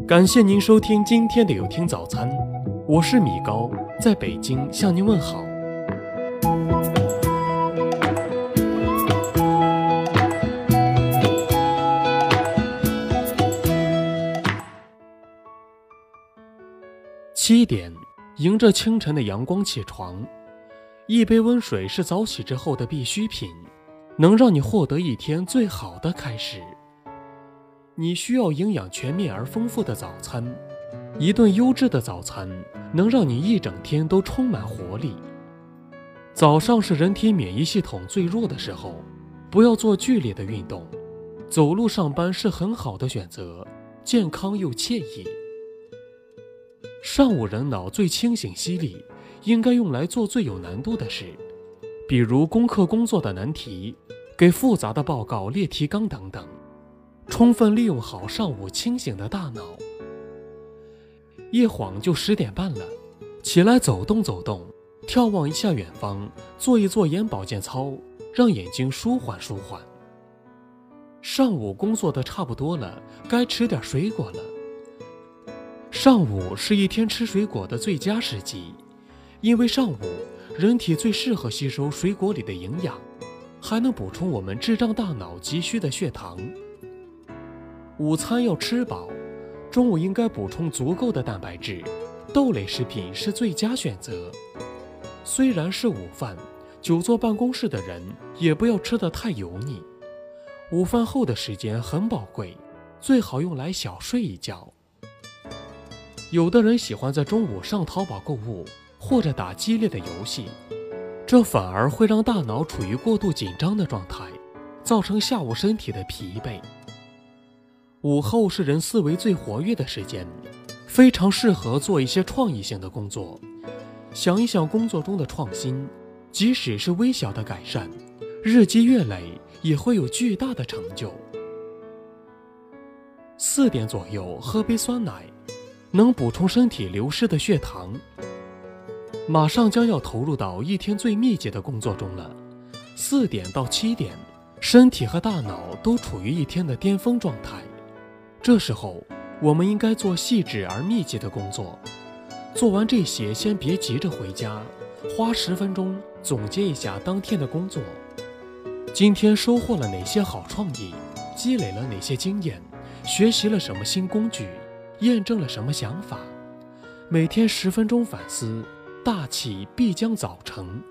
感谢您收听今天的有听早餐，我是米高，在北京向您问好。7点，迎着清晨的阳光起床，一杯温水是早起之后的必需品，能让你获得一天最好的开始。你需要营养全面而丰富的早餐，一顿优质的早餐能让你一整天都充满活力。早上是人体免疫系统最弱的时候，不要做剧烈的运动，走路上班是很好的选择，健康又惬意。上午人脑最清醒犀利，应该用来做最有难度的事，比如攻克工作的难题，给复杂的报告列提纲等等，充分利用好上午清醒的大脑。一晃就10点半了，起来走动走动，眺望一下远方，做一做眼保健操，让眼睛舒缓舒缓。上午工作的差不多了，该吃点水果了。上午是一天吃水果的最佳时机，因为上午人体最适合吸收水果里的营养，还能补充我们智障大脑急需的血糖。午餐要吃饱，中午应该补充足够的蛋白质，豆类食品是最佳选择。虽然是午饭，久坐办公室的人也不要吃得太油腻。午饭后的时间很宝贵，最好用来小睡一觉。有的人喜欢在中午上淘宝购物，或者打激烈的游戏，这反而会让大脑处于过度紧张的状态，造成下午身体的疲惫。午后是人思维最活跃的时间，非常适合做一些创意性的工作。想一想工作中的创新，即使是微小的改善，日积月累也会有巨大的成就。4点左右喝杯酸奶，能补充身体流失的血糖。马上将要投入到一天最密集的工作中了，4点到7点，身体和大脑都处于一天的巅峰状态。这时候我们应该做细致而密集的工作，做完这些先别急着回家，花10分钟总结一下当天的工作，今天收获了哪些好创意，积累了哪些经验，学习了什么新工具，验证了什么想法。每天10分钟反思，大器必将早成。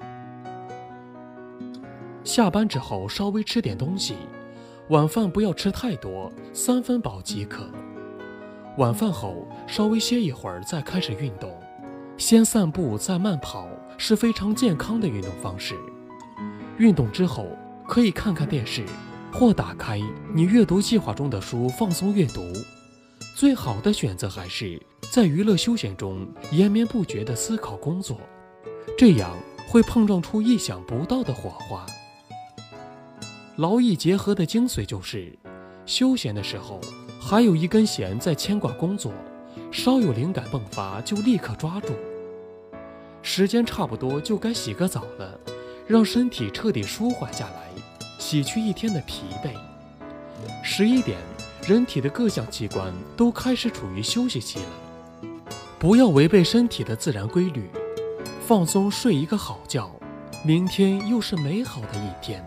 下班之后稍微吃点东西，晚饭不要吃太多，3分饱即可。晚饭后稍微歇一会儿再开始运动，先散步再慢跑是非常健康的运动方式。运动之后可以看看电视，或打开你阅读计划中的书放松阅读。最好的选择还是在娱乐休闲中延绵不绝地思考工作，这样会碰撞出意想不到的火花。劳逸结合的精髓就是，休闲的时候还有一根弦在牵挂工作，稍有灵感迸发就立刻抓住。时间差不多就该洗个澡了，让身体彻底舒缓下来，洗去一天的疲惫。11点，人体的各项器官都开始处于休息期了，不要违背身体的自然规律，放松睡一个好觉，明天又是美好的一天。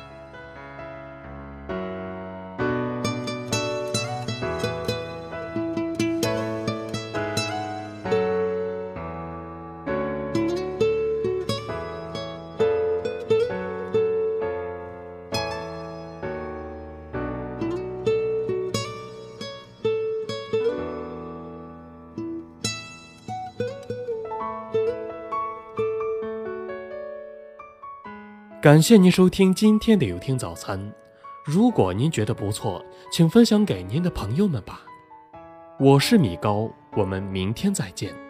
感谢您收听今天的有听早餐，如果您觉得不错，请分享给您的朋友们吧。我是米高，我们明天再见。